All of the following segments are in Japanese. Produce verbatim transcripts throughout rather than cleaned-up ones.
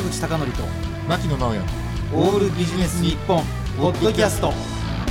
坂口孝則と牧野直哉オールビジネス日本ポッドキャスト。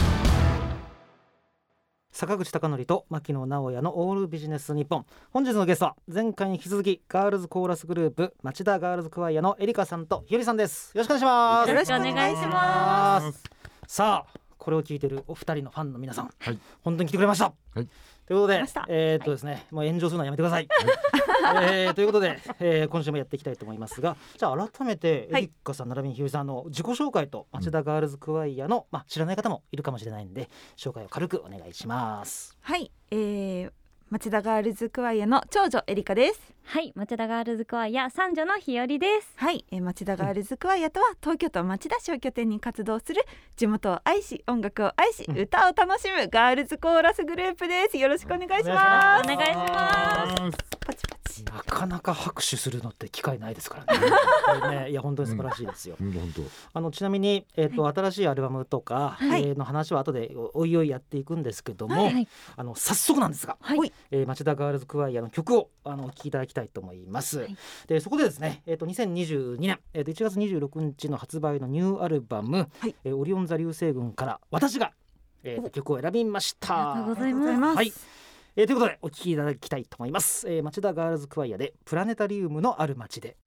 坂口孝則と牧野直哉のオールビジネス日本。本日のゲストは前回に引き続きガールズコーラスグループ町田ガールズクワイアのエリカさんとひよりさんです。よろしくお願いします。 よろしくお願いします。 さあこれを聞いているお二人のファンの皆さん、 はい、 本当に来てくれました、はい、ということでえー、っとですね、はい、もう炎上するのはやめてください、はいえー、ということで、えー、今週もやっていきたいと思いますが、じゃあ改めてエリカさん、はい、並びにひよりさんの自己紹介と町田ガールズクワイアの、まあ、知らない方もいるかもしれないんで紹介を軽くお願いします。 はい、えー、町田ガールズクワイアの長女エリカです。 はい、町田ガールズクワイア三女のひよりです。 はい、えー、町田ガールズクワイアとは東京都町田市を拠点に活動する地元を愛し音楽を愛し、うん、歌を楽しむガールズコーラスグループです。よろしくお願いします。 お願いします。 パチパチ。 なかなか拍手するのって機会ないですからね。これねいや本当に素晴らしいですよ、うん、本当あのちなみに、えーとはい、新しいアルバムとか、はいえー、の話は後でおいおいやっていくんですけども、はい、あの早速なんですが、はいえー、町田ガールズクワイアの曲をあのお聴きいただきたいと思います、はい、でそこでですね、えー、とにせんにじゅうにねん、えー、といちがつにじゅうろくにちの発売のニューアルバム、はいえー、オリオン座流星群から私が、えー、曲を選びました。 ありがとうございます、 はいえー、ということでお聴きいただきたいと思います、えー、町田ガールズクワイアでプラネタリウムのある街で。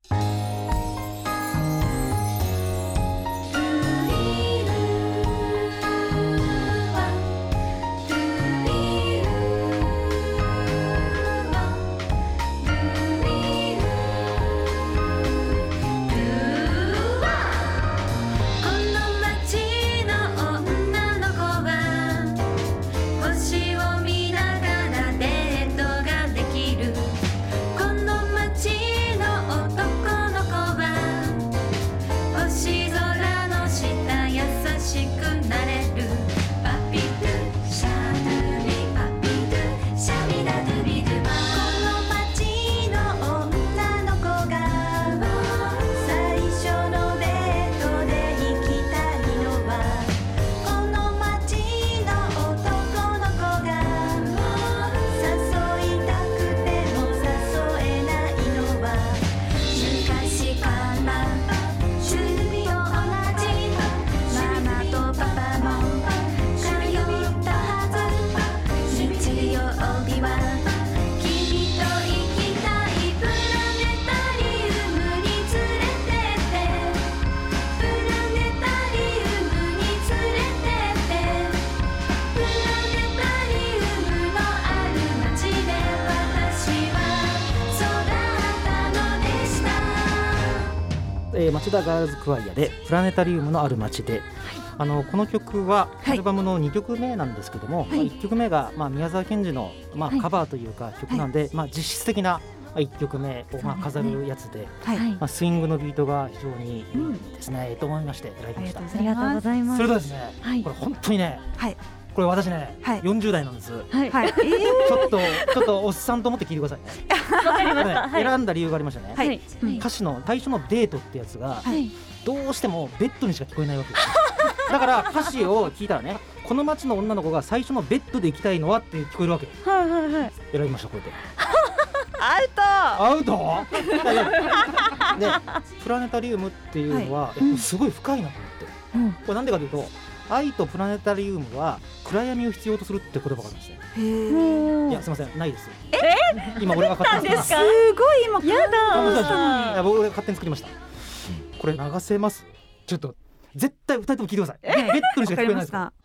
町田ガールズクワイアでプラネタリウムのある街で、はい、あのこの曲はアルバムのにきょくめなんですけども、はいまあ、いっきょくめが、まあ、宮沢賢治の、まあ、カバーというか曲なんで、はいまあ、実質的ないっきょくめを、まあ、飾るやつで、はいまあ、スイングのビートが非常にいいですね、うん、と思いまして選びました。 ありがとうございます。 それとですね、はい、これ本当にね、はいこれ私ね、はい、よんじゅうだいなんです、はいはいえー、ちょっとちょっとおっさんと思って聞いてくださいね。 わかりました、 ねはい、選んだ理由がありましたね、はい、歌詞の最初のデートってやつが、はい、どうしてもベッドにしか聞こえないわけですだから歌詞を聞いたらねこの街の女の子が最初のベッドで行きたいのはって聞こえるわけ、はいはいはい、選びましたこれでアウトアウトでプラネタリウムっていうのは、はい、すごい深いなと思って、うん、これなんでかというと愛とプラネタリウムは暗闇を必要とするって言葉があるんですよ。へーいやすいませんないです。 え今俺が勝手に作りました。 すごい今やだいや僕が勝手に作りました。これ流せます。ちょっと絶対ふたりとも聞いてください。ベッドにしか聞こえないですか。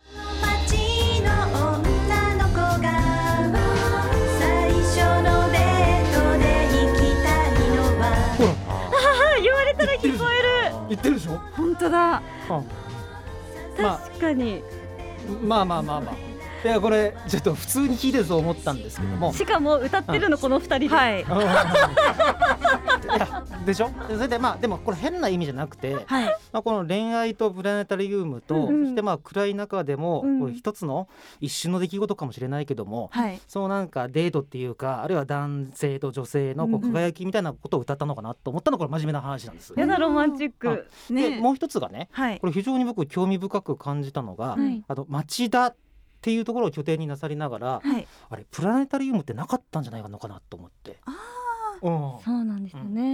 ほら言われたら聞こえる。 言ってるでしょ。 本当だ。 確かに、 まあ、まあまあまあまあいやこれちょっと普通に聞いてると思ったんですけども、 しかも歌ってるのこのふたりで、 はい、いやでしょ。それでまあでもこれ変な意味じゃなくて、はいまあ、この恋愛とプラネタリウムと、うん、そしてまあ暗い中でも、うん、これ一つの一瞬の出来事かもしれないけども、はい、そうなんかデートっていうかあるいは男性と女性のこう輝きみたいなことを歌ったのかなと思ったのがこれ真面目な話なんです。 やだロマンチック、 ね、でもう一つがね、はい、これ非常に僕興味深く感じたのが、はい、あの町田っていうところを拠点になさりながら、はい、あれプラネタリウムってなかったんじゃないのかなと思って。 あ、うん、そうなんですよね、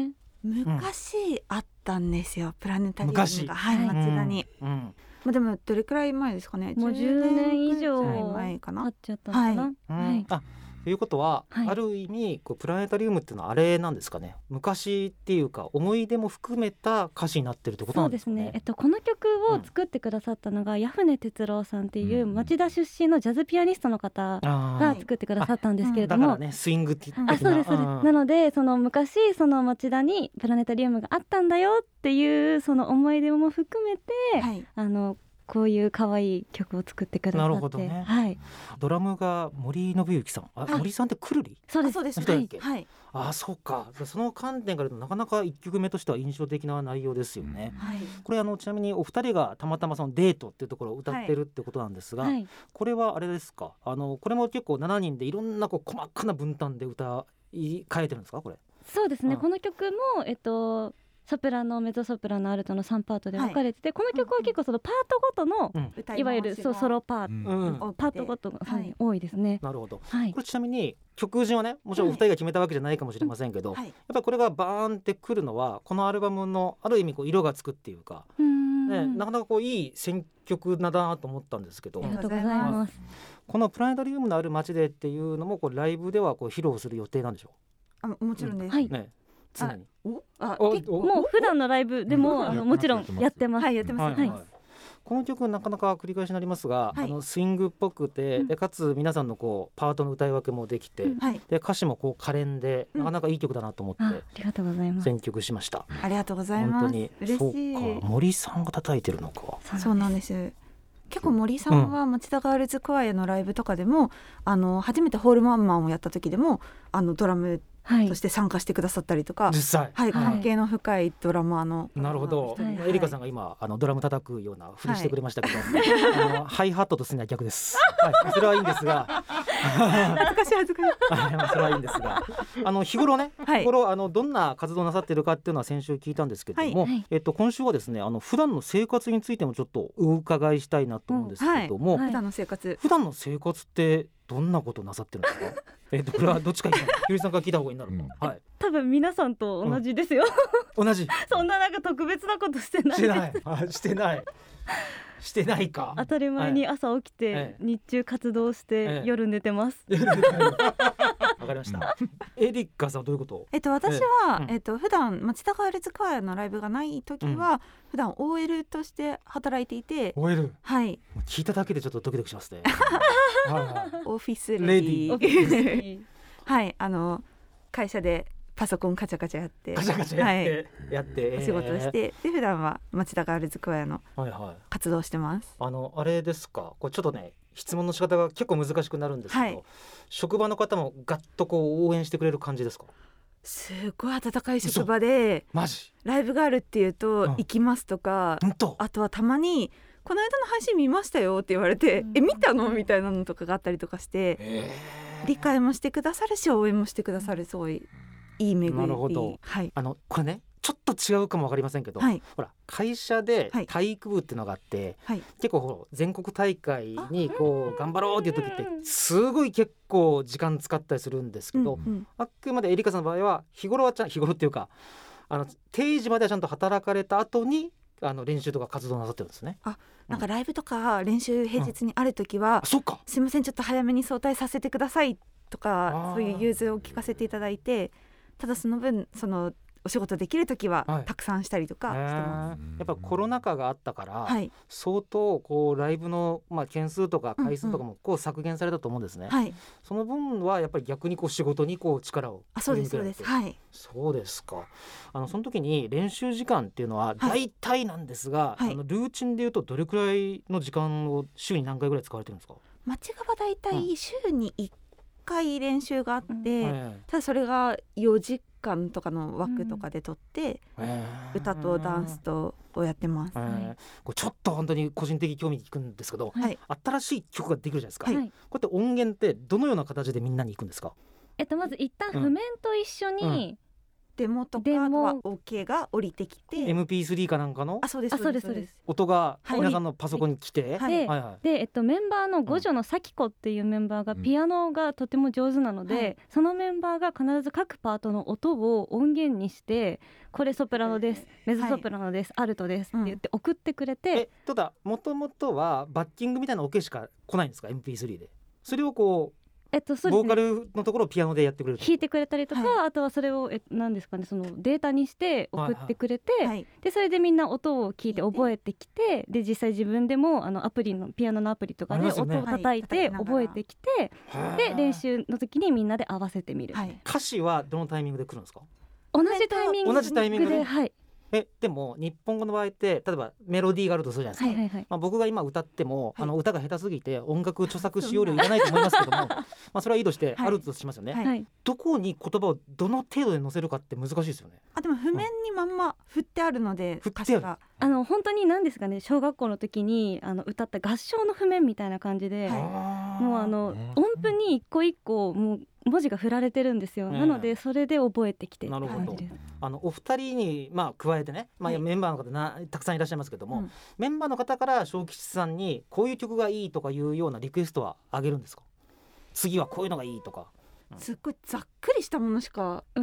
昔あったんですよ、プラネタリウムが、はい、町田に、うんうん、まあ、でもどれくらい前ですかね、 もうじゅうねん以上前かな、経っちゃったのかな、はい、 はい、あということは、はい、ある意味こうプラネタリウムっていうのはあれなんですかね、昔っていうか思い出も含めた歌詞になってるってことなんですかね。 そうですね、えっと、この曲を作ってくださったのが、うん、矢船哲郎さんっていう町田出身のジャズピアニストの方が作ってくださったんですけれども、 だからねスイング的な、 あ、そうですそうです、なのでその昔その町田にプラネタリウムがあったんだよっていうその思い出も含めて、はい、あのこういう可愛い曲を作ってくださって。 なるほどね、 はい、 ドラムが森信之さん、あ、森さんってくるり、 そうですそうです、はい、はい、 あ、そうか、その観点から言うとなかなかいっきょくめとしては印象的な内容ですよね、うん、はい、これあのちなみにお二人がたまたまそのデートっていうところを歌ってるってことなんですが、はい、これはあれですか、あのこれも結構しちにんでいろんなこう細かな分担で歌い変えてるんですかこれ。 そうですね、 うん、 この曲もえっとソプラノ、メゾソプラノ、アルトのさんパートで分かれてて、はい、この曲は結構そのパートごとの、うん、いわゆるそうソロパート、うん、パートごとが、はい、多いですね。 なるほど、はい、これちなみに曲順はね、もちろんお二人が決めたわけじゃないかもしれませんけど、はい、やっぱりこれがバーンってくるのはこのアルバムのある意味こう色がつくっていうか、うーん、ね、なかなかこういい選曲だなと思ったんですけど、 ありがとうございます。 このプラネタリウムのある街でっていうのもこうライブではこう披露する予定なんでしょう。あ、もちろんです、 うん、はい、 ね、常におあもう普段のライブでもあのもちろんやってます。 はい、やってます、はいはい、 この曲なかなか繰り返しになりますが、はい、あのスイングっぽくて、うん、でかつ皆さんのこうパートの歌い分けもできて、うん、で歌詞もこう可憐で、うん、なかなかいい曲だなと思って、 ありがとうございます、 選曲しました。 ありがとうございます。 本当に嬉しい。 そうか、森さんが叩いてるのか。 そうなんです。結構森さんは町田ガールズクワイアのライブとかでも、うん、あの初めてホールマンマンをやった時でもあのドラムとして参加してくださったりとか、 実際、 はい、関係の深いドラマーの、 なるほど、はい、エリカさんが今あのドラム叩くようなふりしてくれましたけど、はい、あのハイハットとするには逆です、はい、それはいいんですが恥ずかしい恥ずかしいそれはいいんですが、あの日頃ね、はい、日頃あのどんな活動なさっているかっていうのは先週聞いたんですけども、はい、えっと、今週はですね、あの普段の生活についてもちょっとお伺いしたいなと思うんですけども、うん、はい、 普段の生活普段の生活ってどんなことなさってるんですかえっとこれはどっちかいいかな、ひゅりさんから聞いた方がいいんだろう、うん、はい、 多分皆さんと同じですよ、 うん、同じそんななんか特別なことしてないしてないあしてないしてないか、 当たり前に朝起きて、はい、日中活動して、ええ、夜寝てますわかりました、うん、エリカさんどういうこと？ えっと私は、ええっと、普段町田ガールズクワイアのライブがない時は、うん、普段 オーエル として働いていて、 オーエル、 はい、 聞いただけでちょっとドキドキしますねはい、はい、 オフィスレディーはい、あの会社でパソコンカチャカチャやってカチャカチャやって、はい、やってお仕事して、で普段は町田ガールズクワイアの活動してます、 はいはい、あのあれですか、これちょっとね質問の仕方が結構難しくなるんですけど、はい、職場の方もガッとこう応援してくれる感じですか？ すごい温かい職場で、 マジライブがあるっていうと、うん、行きますとか、あとはたまにこの間の配信見ましたよって言われて、うん、え見たのみたいなのとかがあったりとかして、えー、理解もしてくださるし応援もしてくださる、すごいいい巡り。 なるほど、はい、あのこれねちょっと違うかも分かりませんけど、はい、ほら会社で体育部っていうのがあって、はい、結構ほら全国大会にこう頑張ろうっていう時ってすごい結構時間使ったりするんですけど、うんうん、あくまでエリカさんの場合は日頃はちゃん日頃っていうかあの定時まではちゃんと働かれた後にあの練習とか活動なさってるんですね。 あ、なんかライブとか練習平日にある時は、うん、 そうか、 すいませんちょっと早めに早退させてくださいとかそういう融通を聞かせていただいて、ただその分そのお仕事できるときはたくさんしたりとかしてます、 やっぱコロナ禍があったから、はい、相当こうライブの、まあ、件数とか回数とかもこう削減されたと思うんですね、うんうん、その分はやっぱり逆にこう仕事にこう力をあそうですそうです、はい、 そうですか。あのその時に練習時間っていうのは大体なんですが、はい、あのルーチンでいうとどれくらいの時間を週に何回ぐらい使われてるんですか？ 町側は大体週にいっかい練習があって、うん、ただそれがよじかんとかの枠とかで撮って、うん、歌とダンスとをやってます、 えー、これちょっと本当に個人的興味聞くんですけど、はい、新しい曲ができるじゃないですか、はい、こうやって音源ってどのような形でみんなに行くんですか？ えっと、まず一旦譜面と一緒に、 デモとかは OK が降りてきてエムピースリー かなんかのあそうですそうですそうです音が皆さんのパソコンに来て、 はいはいはい、で、で、えっと、メンバーの五女のさきこっていうメンバーがピアノがとても上手なので、うんはい、そのメンバーが必ず各パートの音を音源にしてこれソプラノですメゾソプラノです、はい、アルトですって言って送ってくれて、うん、 えただもともとはバッキングみたいなオケしか来ないんですか エムピースリー でそれをこうえっとそうですね、ボーカルのところをピアノでやってくれる弾いてくれたりとか、はい、あとはそれをえ何ですかねそのデータにして送ってくれて、はいはい、でそれでみんな音を聞いて覚えてきてで実際自分でもあのアプリのピアノのアプリとかで音を叩いて覚えてきて、はい、で練習の時にみんなで合わせてみる、はい、 歌詞はどのタイミングで来るんですか？ 同じタイミングで、 同じタイミングで、 はい、 えでも日本語の場合って例えばメロディーがあるとするじゃないですか、はいはいはいまあ、僕が今歌っても、はい、あの歌が下手すぎて音楽著作使用料いらないと思いますけどもまあそれはいいとしてあるとしますよね、はいはい、どこに言葉をどの程度で載せるかって難しいですよね。 あでも譜面にまんま振ってあるので、うん、歌詞があの本当に何ですかね小学校の時にあの歌った合唱の譜面みたいな感じで、はい、もうあの音符に一個一個もう文字が振られてるんですよ、ね、なのでそれで覚えてきてなるほど。あのお二人に、まあ、加えてね、まあ、メンバーの方なたくさんいらっしゃいますけども、うん、メンバーの方から小吉さんにこういう曲がいいとかいうようなリクエストはあげるんですか？次はこういうのがいいとか、 うん、すっごいざっくりしたものしか、うん、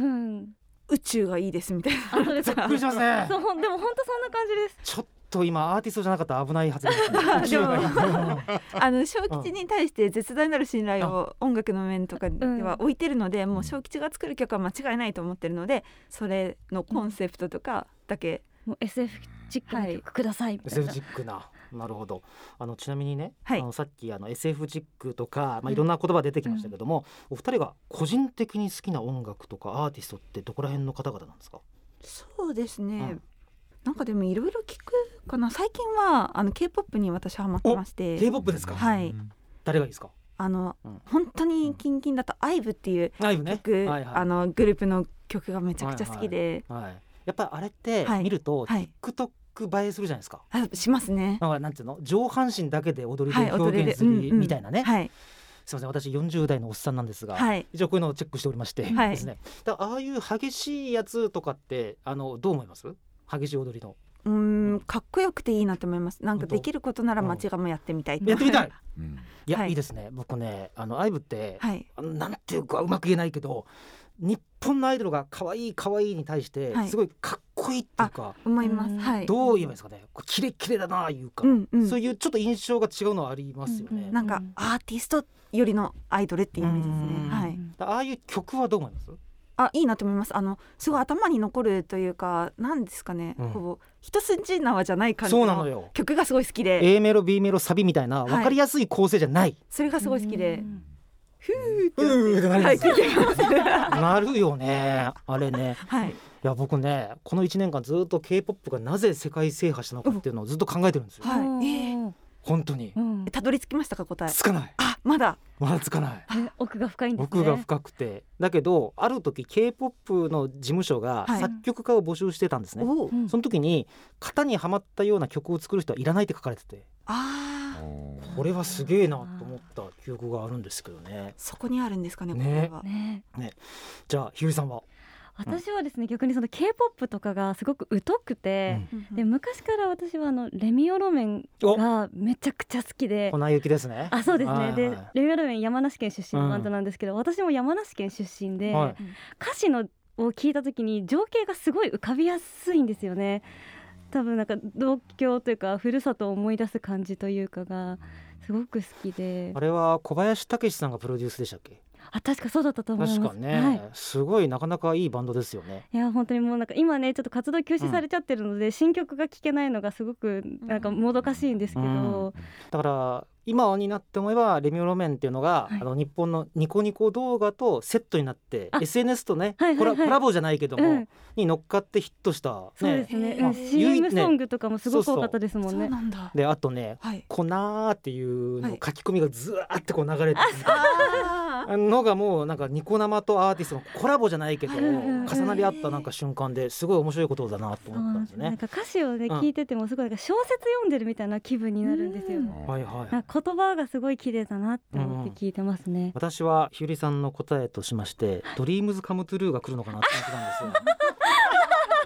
宇宙がいいですみたいなざっくりしますねそうでも本当そんな感じです。 ちょっと今アーティストじゃなかったら危ない発言ですねでもあの小吉に対して絶大なる信頼を音楽の面とかでは置いてるので、うん、もう小吉が作る曲は間違いないと思ってるのでそれのコンセプトとかだけ、 うん、もう エスエフ チックな曲くださいみたいな、 はい、エスエフ チックななるほど。あのちなみにね、はい、あのさっきあの エスエフ チックとか、まあ、いろんな言葉出てきましたけども、うん、お二人が個人的に好きな音楽とかアーティストってどこら辺の方々なんですか？ そうですね、うんなんかでもいろいろ聞くかな。最近はあの K-ポップ に私ハマってまして。 K-ポップ ですか？ はい。 誰がいいですか？ あの、うん、本当にキンキンだと アイブ っていう曲、ねはいはい、あのグループの曲がめちゃくちゃ好きで、はいはいはい、 やっぱりあれって見ると、はい、TikTok 映えするじゃないですか。 あしますね。 だからなんていうの上半身だけで踊りで表現するみたいなね、はい、すみません私よんじゅう代のおっさんなんですが、はい、一応こういうのをチェックしておりましてですね、はい、だああいう激しいやつとかってあのどう思います？激しい踊りのうーんかっこよくていいなと思います。なんかできることなら町がもやってみたい、 うん、やってみたい、うん、いや、はい、いいですね。僕ねあのアイブって、はい、なんていうかうまく言えないけど日本のアイドルが可愛い可愛いに対してすごいかっこいいっていうか、はい、 思います、はい、 どう言えばいいですかねキレキレだないうか、うんうん、そういうちょっと印象が違うのはありますよね、 うんうん、なんかアーティストよりのアイドルっていうイメージですね、はい、 ああいう曲はどう思います？ あいいなと思います。あのすごい頭に残るというかなんですかね、うん、こう一筋縄じゃない感じの曲がすごい好きで A メロ B メロサビみたいな分かりやすい構成じゃない、はい、 それがすごい好きでふーってふーってなります、はい、なるよねあれね、はい、いや僕ねこのいちねんかんずっと K-ポップ がなぜ世界制覇したのかっていうのをずっと考えてるんですよ、はいえー本当に、うん、 たどり着きましたか答え？ つかない。 あまだまだつかない。 奥が深いんですね。 奥が深くてだけどある時 K-ポップ の事務所が作曲家を募集してたんですね、はい、その時に型にはまったような曲を作る人はいらないって書かれててあこれはすげえなと思った記憶があるんですけどね。 そこにあるんですかねこれは、 ねね、じゃあひゅうりさんは？ 私はですね、うん、逆にその K-ポップ とかがすごく疎くて、うん、で昔から私はあのレミオロメンがめちゃくちゃ好きで。 粉雪ですね。 あそうですね、はいはい、でレミオロメン山梨県出身のバンドなんですけど、うん、私も山梨県出身で、はい、歌詞のを聞いた時に情景がすごい浮かびやすいんですよね。多分なんか同郷というかふるさとを思い出す感じというかがすごく好きで。 あれは小林武史さんがプロデュースでしたっけ？ あ確かそうだったと思います。 確かね、はい、すごいなかなかいいバンドですよね。 いや本当にもうなんか今ねちょっと活動休止されちゃってるので、うん、新曲が聴けないのがすごくなんかもどかしいんですけど、うん、 だから今になって思えばレミオロメンっていうのが、はい、あの日本のニコニコ動画とセットになって エスエヌエス とね、はいはいはい、コラ、コラボじゃないけども、うん、に乗っかってヒットした、ね、 そうですね、まあ、シーエム ソングとかもすごく多かったですもんね。そうそうそうなんだ。 であとね、はい、粉っていうの書き込みがずーってこう流れてる、はい、のがもうなんかニコ生とアーティストのコラボじゃないけど重なり合ったなんか瞬間ですごい面白いことだなと思ったんですよね。 なんか歌詞をね聞いててもすごいなんか小説読んでるみたいな気分になるんですよ、はいはい、なんか言葉がすごい綺麗だなって思って聞いてますね、うん、 私はひゅうりさんの答えとしましてドリームズカムトゥルーが来るのかなって思ってたんですよ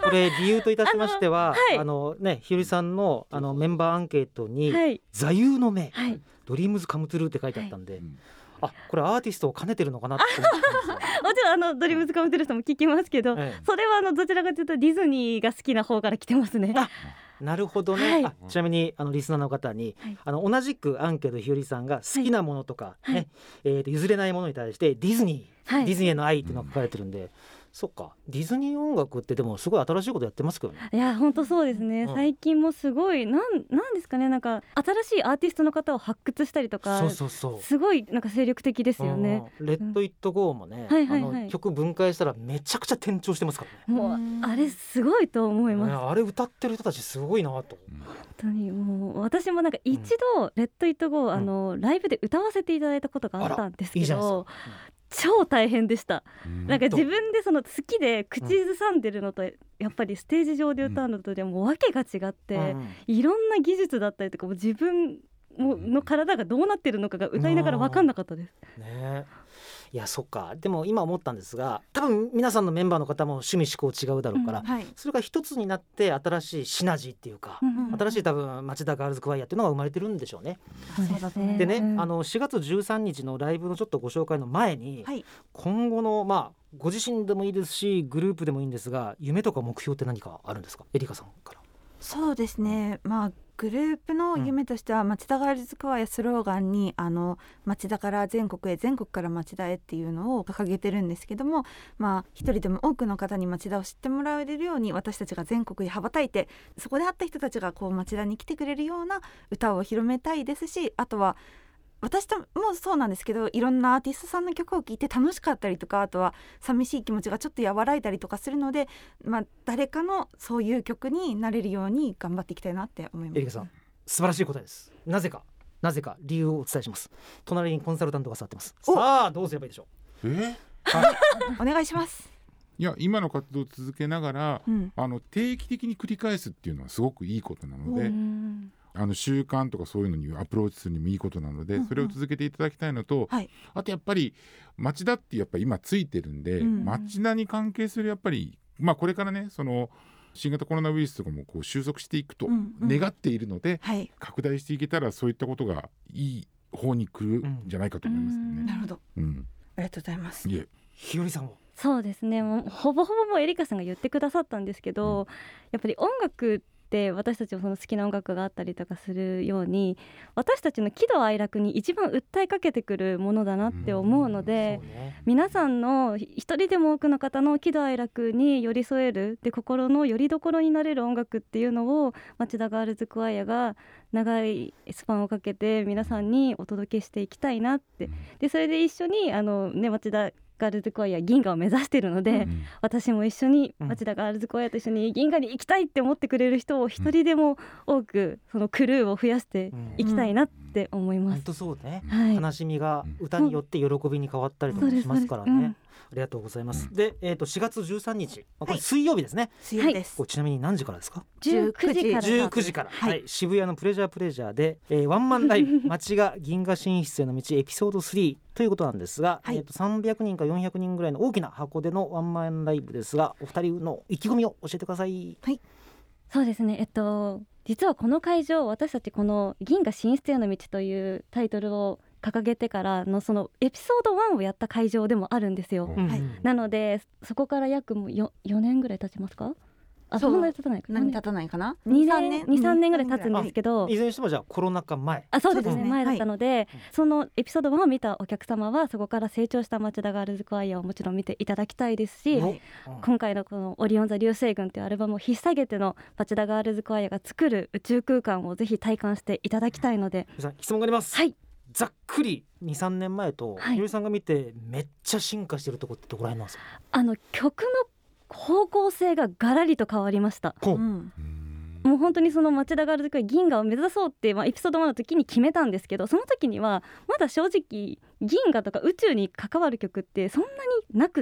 これ理由といたしましては、あの、はい、あのね、ひよりさんのあのメンバーアンケートに、はい、座右の銘、はい、ドリームズカムトゥルーって書いてあったんで、はい、あ、これアーティストを兼ねてるのかなって思ったんですよ。 もちろんあのドリームズカムトゥルーさんも聞きますけど、ええ、それはあのどちらかというとディズニーが好きな方から来てますね。 あ、なるほどね、はい、あ、ちなみにあのリスナーの方に、はい、あの同じくアンケートひよりさんが好きなものとか、ね、はい、えー、と譲れないものに対してディズニー、はい、ディズニーへの愛っていうのが書かれてるんで、そっか、ディズニー音楽ってでもすごい新しいことやってますけどね。 いや本当そうですね、うん、最近もすごいなんなんですかね、なんか新しいアーティストの方を発掘したりとか、そうそうそう、すごいなんか精力的ですよね。 レッドイットゴーもね、うん、あの曲分解したらめちゃくちゃ転調してますからね。 もうあれすごいと思います、ね、 あれ歌ってる人たちすごいなと、 うん、本当にもう私もなんか一度レッドイットゴー、あのライブで歌わせていただいたことがあったんですけど、いいじゃないですか、うん、超大変でした、うん、なんか自分でその好きで口ずさんでるのと、うん、やっぱりステージ上で歌うのとでもわけが違って、うん、いろんな技術だったりとかも自分の体がどうなってるのかが歌いながら分かんなかったです、 うん、ね、いやそっか。でも今思ったんですが、多分皆さんのメンバーの方も趣味思考違うだろうから、うん、はい、それが一つになって新しいシナジーっていうか、うんうんうん、新しい多分町田ガールズクワイアっていうのが生まれてるんでしょうね。でね、うん、あのしがつじゅうさんにちのライブのちょっとご紹介の前に、はい、今後のまあご自身でもいいですしグループでもいいんですが、夢とか目標って何かあるんですか、エリカさんから。 そうですね、まあグループの夢としては、うん、町田ガールズクワイアスローガンにあの町田から全国へ、全国から町田へっていうのを掲げてるんですけども、まあ一人でも多くの方に町田を知ってもらえるように、私たちが全国へ羽ばたいて、そこで会った人たちがこう町田に来てくれるような歌を広めたいですし、あとは私ともそうなんですけど、いろんなアーティストさんの曲を聴いて楽しかったりとか、あとは寂しい気持ちがちょっと和らいだりとかするので、まあ、誰かのそういう曲になれるように頑張っていきたいなって思います。 エリカさん素晴らしい答えです。なぜかなぜか理由をお伝えします。隣にコンサルタントが座ってます。さあどうすればいいでしょう。 えお願いします。 いや今の活動を続けながら、うん、あの定期的に繰り返すっていうのはすごくいいことなので、あの習慣とかそういうのにアプローチするにもいいことなので、うんうん、それを続けていただきたいのと、はい、あとやっぱり町田ってやっぱり今ついてるんで、うん、町田に関係するやっぱり、まあ、これからねその新型コロナウイルスとかもこう収束していくと願っているので、うんうん、はい、拡大していけたらそういったことがいい方に来るんじゃないかと思いますね、うんうん、 なるほど、うん、ありがとうございます。 いえ、ひよりさんもそうですね、もうほぼほぼもうエリカさんが言ってくださったんですけど、うん、やっぱり音楽で私たちもその好きな音楽があったりとかするように、私たちの喜怒哀楽に一番訴えかけてくるものだなって思うので、うんね、皆さんの一人でも多くの方の喜怒哀楽に寄り添えるで心の拠り所になれる音楽っていうのを町田ガールズクワイアが長いスパンをかけて皆さんにお届けしていきたいなって。でそれで一緒にあの、ね、町田ガールズクワイア銀河を目指しているので、うん、私も一緒に町田ガールズクワイアと一緒に銀河に行きたいって思ってくれる人を一人でも多くそのクルーを増やしていきたいなって思います、うん、 本当そうね、はい、悲しみが歌によって喜びに変わったりとかしますからね、うん、ありがとうございます、うん、で、えー、としがつじゅうさんにち、これ水曜日ですね、はい、 水曜日です。 これちなみに何時からですか。 じゅうくじからじゅうくじから、はいはい、渋谷のプレジャープレジャーで、えー、ワンマンライブ町が銀河進出への道エピソードスリーということなんですが、はい、えー、とさんびゃくにんかよんひゃくにんぐらいの大きな箱でのワンマンライブですが、お二人の意気込みを教えてください。 はい、そうですね、えっと実はこの会場、私たちこの銀河進出への道というタイトルを掲げてからのそのエピソードワンをやった会場でもあるんですよ、うん、はい、なのでそこから約もう 4, よねんぐらい経ちますか。あ、そんなに経たないかな。 何経たないかな。 にねん、にさんねんぐらい経つんですけど、 いずれにしてもじゃあコロナ禍前。 あ、そうですね、前だったので、はい、そのエピソードワンを見たお客様はそこから成長した町田ガールズクワイアをもちろん見ていただきたいですし、はい、今回のこのオリオン座流星群というアルバムを引っ提げての町田ガールズクワイアが作る宇宙空間をぜひ体感していただきたいので。 質問があります。 はい、 ざっくり にさんねんまえとひよりさんが見てめっちゃ進化してるところってどこら辺なんですか。 あの曲の方向性がガラリと変わりました。うん、もう本当にその町田ガールズクワイア銀河を目指そうって、まあ、エピソードワンの時に決めたんですけど、その時にはまだ正直銀河とか宇宙に関わる曲ってそんなになくって、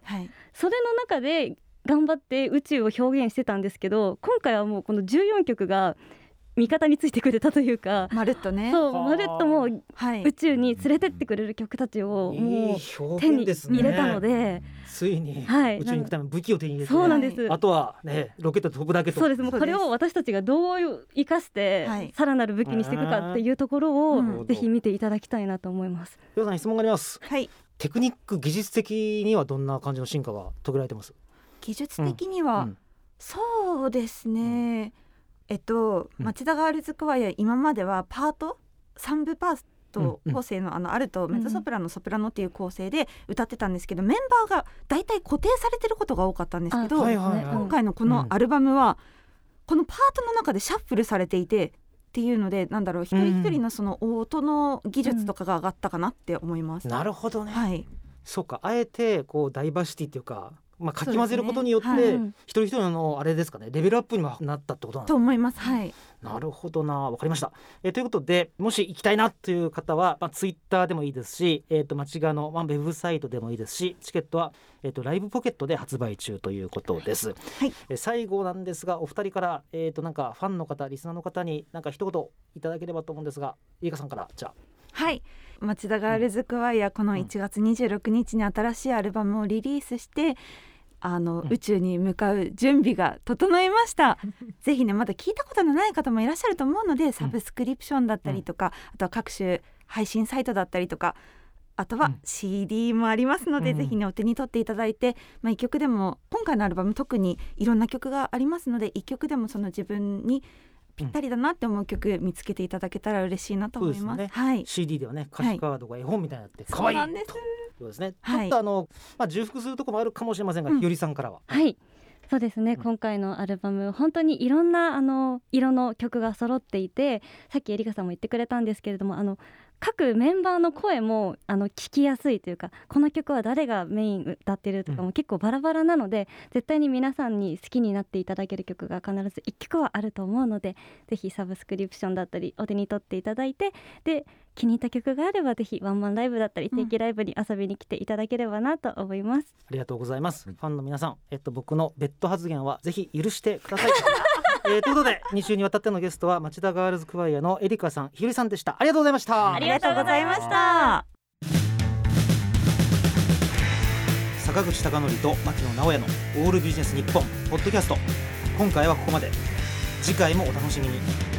はい、それの中で頑張って宇宙を表現してたんですけど、今回はもうこのじゅうよんきょくが味方についてくれたというか、 まるっとね、 そうまるっともう宇宙に連れてってくれる曲たちをもう手に入れたので、 ついに宇宙に行くための武器を手に入れて、 そうなんです。 あとはねロケット飛ぶだけと。 そうです。もうこれを私たちがどう生かしてさらなる武器にしていくかっていうところをぜひ見ていただきたいなと思います。 りょうさん、質問があります。 はい。 テクニック技術的にはどんな感じの進化が遂げられてます？ 技術的には、うん、そうですね、うん、えっと町田ガールズクワイア、今まではパートさん部パート構成 の, あのアルト、メゾソプラノ、ソプラノっていう構成で歌ってたんですけど、メンバーがだいたい固定されてることが多かったんですけど、はいはいはい、今回のこのアルバムは、このパートの中でシャッフルされていてっていうので、なんだろう、一人一人のその音の技術とかが上がったかなって思います。 うん、なるほどね、 はい、 そうか、あえてこうダイバーシティっていうか、まあ、かき混ぜることによって、ね、はい、一人一人のあれですかね、レベルアップにもなったってことなんですか？ と思います。はい、 なるほどな、わかりました。えー、ということで、もし行きたいなという方は、まあ、ツイッターでもいいですし、えー、と町側の、まあ、ウェブサイトでもいいですし、チケットは、えー、とライブポケットで発売中ということです。はい、えー、最後なんですが、お二人から、えー、となんかファンの方、リスナーの方になんか一言いただければと思うんですが、ゆいかさんからじゃあ。 はい、町田ガールズクワイア、このいちがつにじゅうろくにちに新しいアルバムをリリースして、あの、うん、宇宙に向かう準備が整いました。ぜひね、まだ聞いたことのない方もいらっしゃると思うので、サブスクリプションだったりとか、うん、あとは各種配信サイトだったりとか、あとは シーディー もありますので、うん、ぜひねお手に取っていただいて、まあ、いっきょくでも、今回のアルバム特にいろんな曲がありますので、いっきょくでもその自分にぴったりだなって思う曲見つけていただけたら嬉しいなと思います。 ね、 はい、 シーディー ではね、歌詞カードが絵本みたいになって可愛い、 そうなんです。 そうですね、 はい、 ちょっとあの、まあ、重複するところもあるかもしれませんが、うん、ゆりさんからは。 はい、そうですね、うん、今回のアルバム本当にいろんなあの色の曲が揃っていて、さっきエリカさんも言ってくれたんですけれども、あの各メンバーの声もあの聞きやすいというか、この曲は誰がメイン歌ってるとかも結構バラバラなので、うん、絶対に皆さんに好きになっていただける曲が必ずいっきょくはあると思うので、ぜひサブスクリプションだったりお手に取っていただいて、で気に入った曲があればぜひワンマンライブだったり定期ライブに遊びに来ていただければなと思います。うん、 ありがとうございます。ファンの皆さん、えっと、僕のベッド発言はぜひ許してください。えー、ということでに週にわたってのゲストは町田ガールズクワイアのエリカさん、ひよりさんでした。ありがとうございました。 ありがとうございました。 坂口孝則と牧野直哉のオールビジネス日本ポッドキャスト、今回はここまで。次回もお楽しみに。